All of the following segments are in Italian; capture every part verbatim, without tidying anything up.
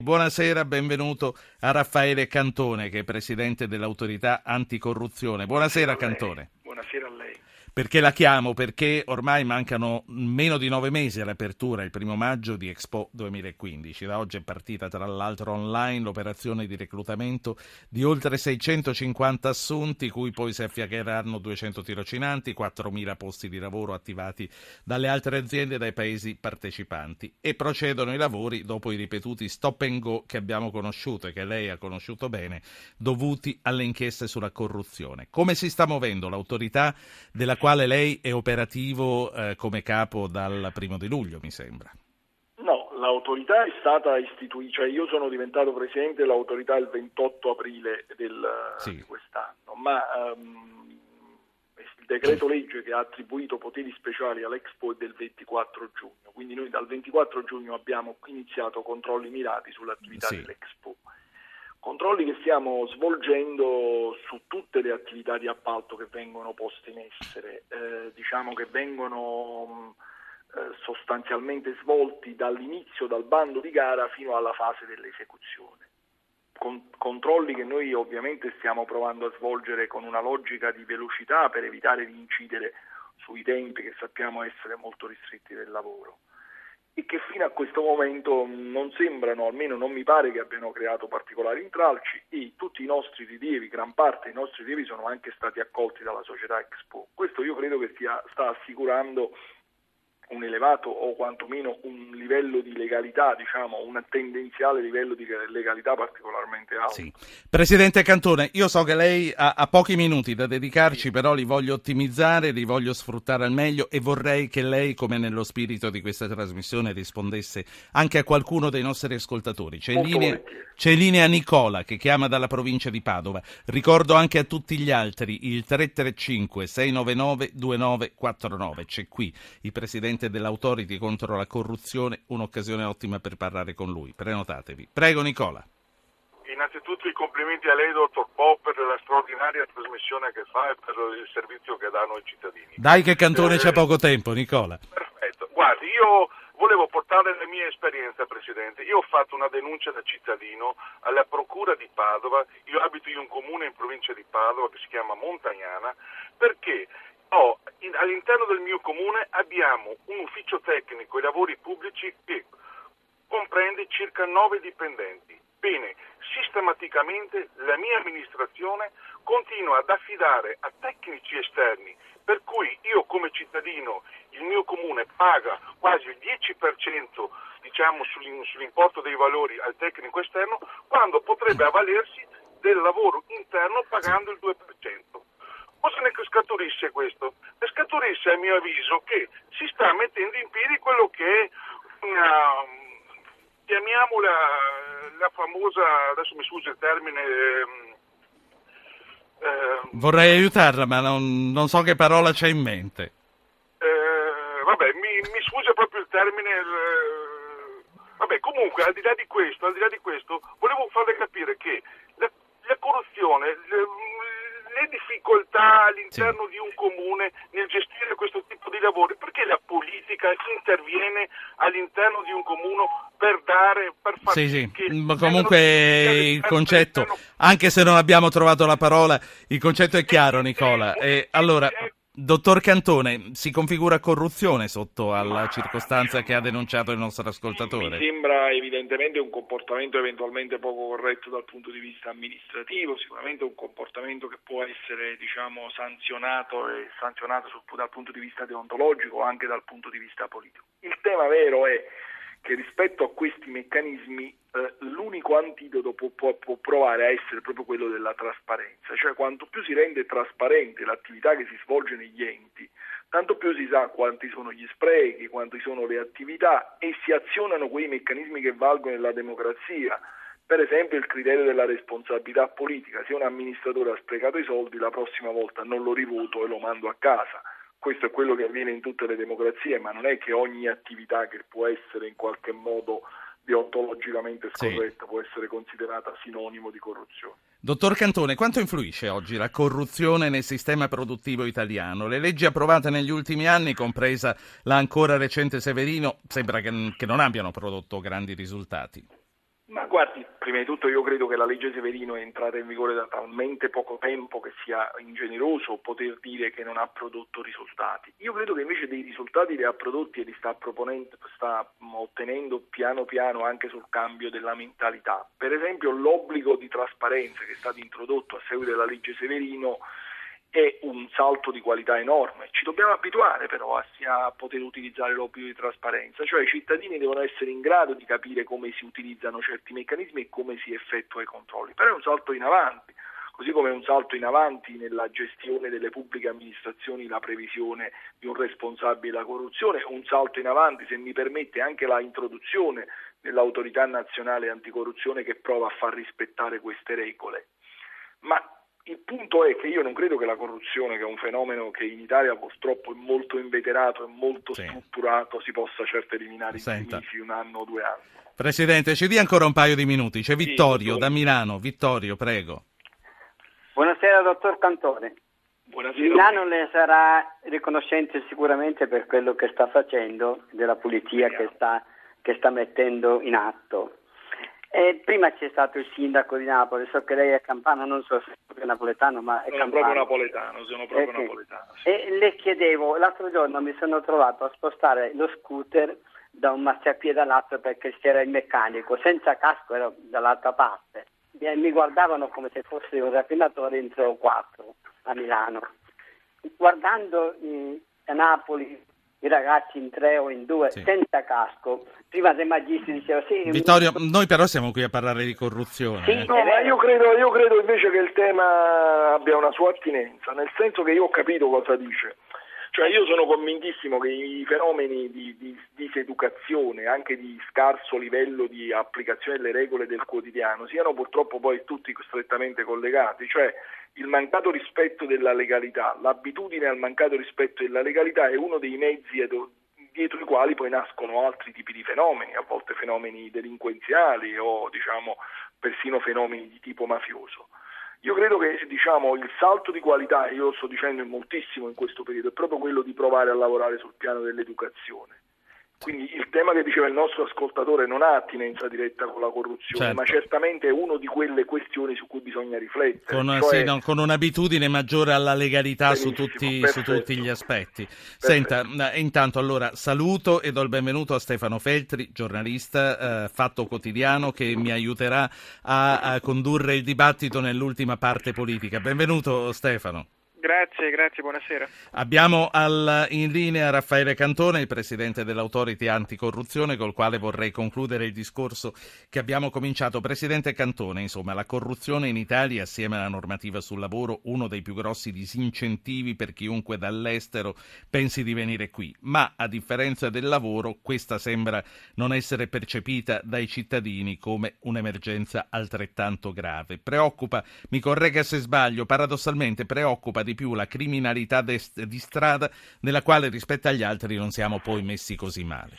Buonasera, benvenuto a Raffaele Cantone, che è presidente dell'autorità anticorruzione. Buonasera Cantone. Buonasera a lei. Perché la chiamo? Perché ormai mancano meno di nove mesi all'apertura, il primo maggio, di Expo duemilaquindici. Da oggi è partita tra l'altro online l'operazione di reclutamento di oltre seicentocinquanta assunti, cui poi si affiancheranno duecento tirocinanti, quattromila posti di lavoro attivati dalle altre aziende e dai paesi partecipanti. E procedono i lavori dopo i ripetuti stop and go che abbiamo conosciuto e che lei ha conosciuto bene, dovuti alle inchieste sulla corruzione. Come si sta muovendo l'autorità della quale lei è operativo eh, come capo dal primo di luglio, mi sembra? No, l'autorità è stata istituita, cioè io sono diventato presidente dell'autorità il ventotto aprile del, sì. di quest'anno, ma um, il decreto legge che ha attribuito poteri speciali all'Expo è del ventiquattro giugno, quindi noi dal ventiquattro giugno abbiamo iniziato controlli mirati sull'attività sì. dell'Expo. Controlli che stiamo svolgendo su tutte le attività di appalto che vengono poste in essere, eh, diciamo che vengono eh, sostanzialmente svolti dall'inizio, dal bando di gara fino alla fase dell'esecuzione. Con, controlli che noi ovviamente stiamo provando a svolgere con una logica di velocità per evitare di incidere sui tempi che sappiamo essere molto ristretti del lavoro, e che fino a questo momento non sembrano, almeno non mi pare che abbiano creato particolari intralci, e tutti i nostri rilievi, gran parte dei nostri rilievi sono anche stati accolti dalla società Expo. Questo io credo che stia, sta assicurando un elevato o quantomeno un livello di legalità, diciamo un tendenziale livello di legalità particolarmente alto. Sì. Presidente Cantone, io so che lei ha, ha pochi minuti da dedicarci, sì. Però li voglio ottimizzare, li voglio sfruttare al meglio e vorrei che lei, come nello spirito di questa trasmissione, rispondesse anche a qualcuno dei nostri ascoltatori. C'è in linea, c'è in linea Nicola che chiama dalla provincia di Padova. Ricordo anche a tutti gli altri il tre tre cinque sei nove nove due nove quattro nove. C'è qui il presidente dell'Autority contro la corruzione, un'occasione ottima per parlare con lui. Prenotatevi. Prego Nicola. Innanzitutto i complimenti a lei, dottor Po, per la straordinaria trasmissione che fa e per il servizio che dà a noi cittadini. Dai che Cantone eh, c'è poco tempo, Nicola. Perfetto. Guardi, io volevo portare la mia esperienza, Presidente. Io ho fatto una denuncia da cittadino alla Procura di Padova. Io abito in un comune in provincia di Padova che si chiama Montagnana, perché Oh, in, all'interno del mio comune abbiamo un ufficio tecnico e lavori pubblici che comprende circa nove dipendenti. Bene, sistematicamente la mia amministrazione continua ad affidare a tecnici esterni, per cui io come cittadino, il mio comune paga quasi il dieci per cento diciamo, sull'importo dei valori al tecnico esterno, quando potrebbe avvalersi del lavoro interno pagando il due per cento. Cosa ne scaturisce questo? Ne scaturisce, a mio avviso, che si sta mettendo in piedi quello che è una, chiamiamola la famosa, adesso mi sfugge il termine. Eh, Vorrei aiutarla, ma non, non so che parola c'è in mente. Eh, vabbè, mi, mi sfugge proprio il termine. Eh, vabbè, comunque, al di là di questo, al di là di questo, volevo farle capire che la, la corruzione. Le, le difficoltà all'interno sì. di un comune nel gestire questo tipo di lavori, perché la politica interviene all'interno di un comune per dare, per far sì, sì, sì. che Ma comunque il concetto, anche se non abbiamo trovato la parola, il concetto è chiaro, Nicola. E allora, dottor Cantone, si configura corruzione sotto alla circostanza che ha denunciato il nostro ascoltatore? Mi sembra evidentemente un comportamento eventualmente poco corretto dal punto di vista amministrativo, sicuramente un comportamento che può essere, diciamo, sanzionato e sanzionato sul, dal punto di vista deontologico o anche dal punto di vista politico. Il tema vero è che rispetto a questi meccanismi eh, l'unico antidoto può, può, può provare a essere proprio quello della trasparenza, cioè quanto più si rende trasparente l'attività che si svolge negli enti, tanto più si sa quanti sono gli sprechi, quanti sono le attività e si azionano quei meccanismi che valgono nella democrazia. Per esempio il criterio della responsabilità politica: se un amministratore ha sprecato i soldi, la prossima volta non lo rivoto e lo mando a casa. Questo è quello che avviene in tutte le democrazie, ma non è che ogni attività che può essere in qualche modo deontologicamente scorretta sì. può essere considerata sinonimo di corruzione. Dottor Cantone, quanto influisce oggi la corruzione nel sistema produttivo italiano? Le leggi approvate negli ultimi anni, compresa la ancora recente Severino, sembra che, che non abbiano prodotto grandi risultati. Ma guardi, prima di tutto io credo che la legge Severino è entrata in vigore da talmente poco tempo che sia ingeneroso poter dire che non ha prodotto risultati. Io credo che invece dei risultati li ha prodotti e li sta proponendo, sta ottenendo piano piano anche sul cambio della mentalità. Per esempio l'obbligo di trasparenza che è stato introdotto a seguito della legge Severino è un salto di qualità enorme. Ci dobbiamo abituare però a, a poter utilizzare l'obbligo di trasparenza, cioè i cittadini devono essere in grado di capire come si utilizzano certi meccanismi e come si effettua i controlli. Però è un salto in avanti, così come è un salto in avanti nella gestione delle pubbliche amministrazioni la previsione di un responsabile della corruzione, è un salto in avanti, se mi permette, anche la introduzione dell'autorità nazionale anticorruzione che prova a far rispettare queste regole. Ma il punto è che io non credo che la corruzione, che è un fenomeno che in Italia purtroppo è molto inveterato e molto sì. strutturato, si possa certo eliminare in mesi, un anno o due anni. Presidente, ci dia ancora un paio di minuti. C'è Vittorio sì, da Milano. Vittorio, prego. Buonasera, dottor Cantone. Buonasera. Milano le sarà riconoscente sicuramente per quello che sta facendo, della pulizia che sta, che sta mettendo in atto. Eh, prima c'è stato il sindaco di Napoli, so che lei è campano, non so se è napoletano, ma è sono campano. proprio napoletano, sono proprio eh, napoletano. Sì. E le chiedevo, l'altro giorno mi sono trovato a spostare lo scooter da un marciapiede all'altro perché c'era il meccanico, senza casco, ero dall'altra parte. E mi guardavano come se fosse un rapinatore in tre o quattro a Milano. Guardando eh, a Napoli i ragazzi in tre o in due sì. senza casco, prima dei magisti diceva sì. Vittorio, mi... noi però siamo qui a parlare di corruzione. Sì, eh. no, ma io credo, io credo invece che il tema abbia una sua attinenza, nel senso che io ho capito cosa dice. Cioè io sono convintissimo che i fenomeni di, di diseducazione, anche di scarso livello di applicazione delle regole del quotidiano, siano purtroppo poi tutti strettamente collegati, cioè il mancato rispetto della legalità, l'abitudine al mancato rispetto della legalità è uno dei mezzi dietro i quali poi nascono altri tipi di fenomeni, a volte fenomeni delinquenziali o diciamo persino fenomeni di tipo mafioso. Io credo che diciamo il salto di qualità, io lo sto dicendo in moltissimo in questo periodo, è proprio quello di provare a lavorare sul piano dell'educazione. Quindi il tema che diceva il nostro ascoltatore non ha attinenza diretta con la corruzione, certo. ma certamente è una di quelle questioni su cui bisogna riflettere. Con, cioè... sì, no, con un'abitudine maggiore alla legalità su tutti, su tutti gli aspetti. Perfetto. Senta, intanto allora saluto e do il benvenuto a Stefano Feltri, giornalista, eh, Fatto Quotidiano, che mi aiuterà a, a condurre il dibattito nell'ultima parte politica. Benvenuto Stefano. Grazie, grazie, buonasera. Abbiamo al, in linea Raffaele Cantone, il presidente dell'Autority Anticorruzione, col quale vorrei concludere il discorso che abbiamo cominciato. Presidente Cantone, insomma, la corruzione in Italia, assieme alla normativa sul lavoro, uno dei più grossi disincentivi per chiunque dall'estero pensi di venire qui. Ma, a differenza del lavoro, questa sembra non essere percepita dai cittadini come un'emergenza altrettanto grave. Preoccupa, mi corregga se sbaglio, paradossalmente preoccupa di più la criminalità di strada, nella quale rispetto agli altri non siamo poi messi così male.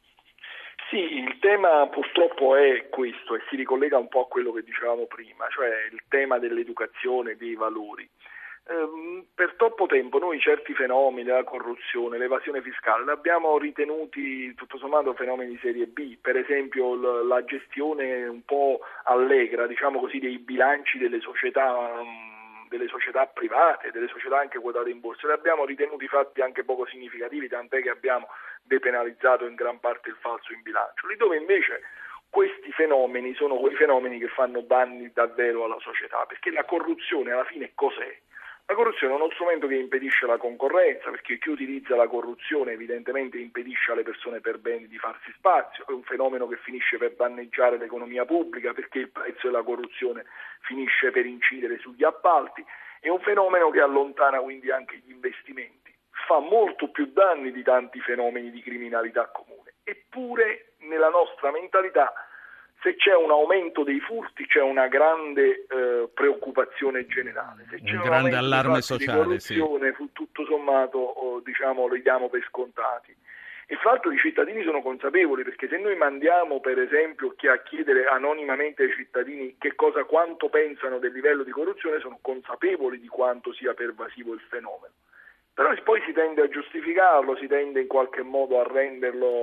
Sì, il tema purtroppo è questo e si ricollega un po' a quello che dicevamo prima, cioè il tema dell'educazione, dei valori. Ehm, per troppo tempo noi certi fenomeni, la corruzione, l'evasione fiscale, li abbiamo ritenuti tutto sommato fenomeni di serie B, per esempio l- la gestione un po' allegra, diciamo così, dei bilanci delle società um, delle società private, delle società anche quotate in borsa, li abbiamo ritenuti fatti anche poco significativi, tant'è che abbiamo depenalizzato in gran parte il falso in bilancio, lì dove invece questi fenomeni sono quei fenomeni che fanno danni davvero alla società, perché la corruzione alla fine cos'è? La corruzione è uno strumento che impedisce la concorrenza, perché chi utilizza la corruzione evidentemente impedisce alle persone per bene di farsi spazio, è un fenomeno che finisce per danneggiare l'economia pubblica perché il prezzo della corruzione finisce per incidere sugli appalti, è un fenomeno che allontana quindi anche gli investimenti, fa molto più danni di tanti fenomeni di criminalità comune, eppure nella nostra mentalità se c'è un aumento dei furti c'è una grande eh, preoccupazione generale, se c'è un, un grande aumento allarme di sociale, corruzione, sì. tutto sommato oh, diciamo lo diamo per scontati. E fra l'altro i cittadini sono consapevoli, perché se noi mandiamo per esempio a chiedere anonimamente ai cittadini che cosa, quanto pensano del livello di corruzione, sono consapevoli di quanto sia pervasivo il fenomeno. Però poi si tende a giustificarlo, si tende in qualche modo a renderlo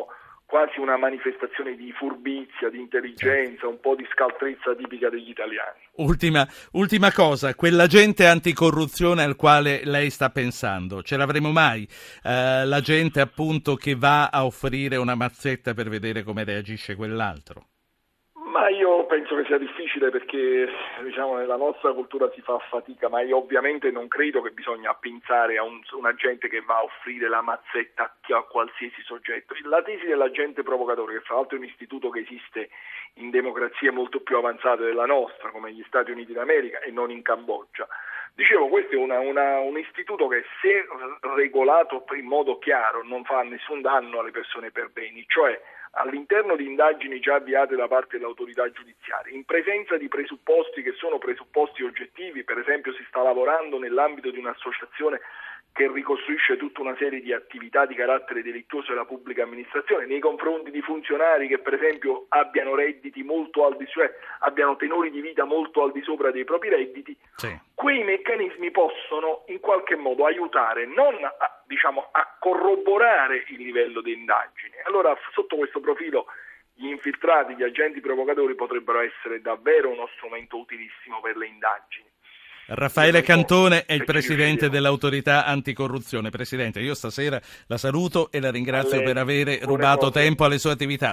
quasi una manifestazione di furbizia, di intelligenza, un po' di scaltrezza tipica degli italiani. Ultima, ultima cosa, quell'agente anticorruzione al quale lei sta pensando, ce l'avremo mai? Eh, l'agente appunto che va a offrire una mazzetta per vedere come reagisce quell'altro? Ma io penso che sia difficile perché, diciamo, nella nostra cultura si fa fatica, ma io ovviamente non credo che bisogna pensare a un, un agente che va a offrire la mazzetta a, a qualsiasi soggetto. La tesi dell'agente provocatore, che fra l'altro è un istituto che esiste in democrazie molto più avanzate della nostra, come gli Stati Uniti d'America e non in Cambogia. Dicevo, questo è una, una, un istituto che, se regolato in modo chiaro, non fa nessun danno alle persone per beni, cioè all'interno di indagini già avviate da parte dell'autorità giudiziaria, in presenza di presupposti che sono presupposti oggettivi, per esempio si sta lavorando nell'ambito di un'associazione che ricostruisce tutta una serie di attività di carattere delittuoso della pubblica amministrazione nei confronti di funzionari che per esempio abbiano redditi molto al di sopra, abbiano tenori di vita molto al di sopra dei propri redditi, sì. Quei meccanismi possono in qualche modo aiutare non a, diciamo, a corroborare il livello di indagini. Allora, sotto questo profilo, gli infiltrati, gli agenti provocatori potrebbero essere davvero uno strumento utilissimo per le indagini. Raffaele Cantone è il presidente dell'autorità anticorruzione. Presidente, io stasera la saluto e la ringrazio per aver rubato tempo alle sue attività.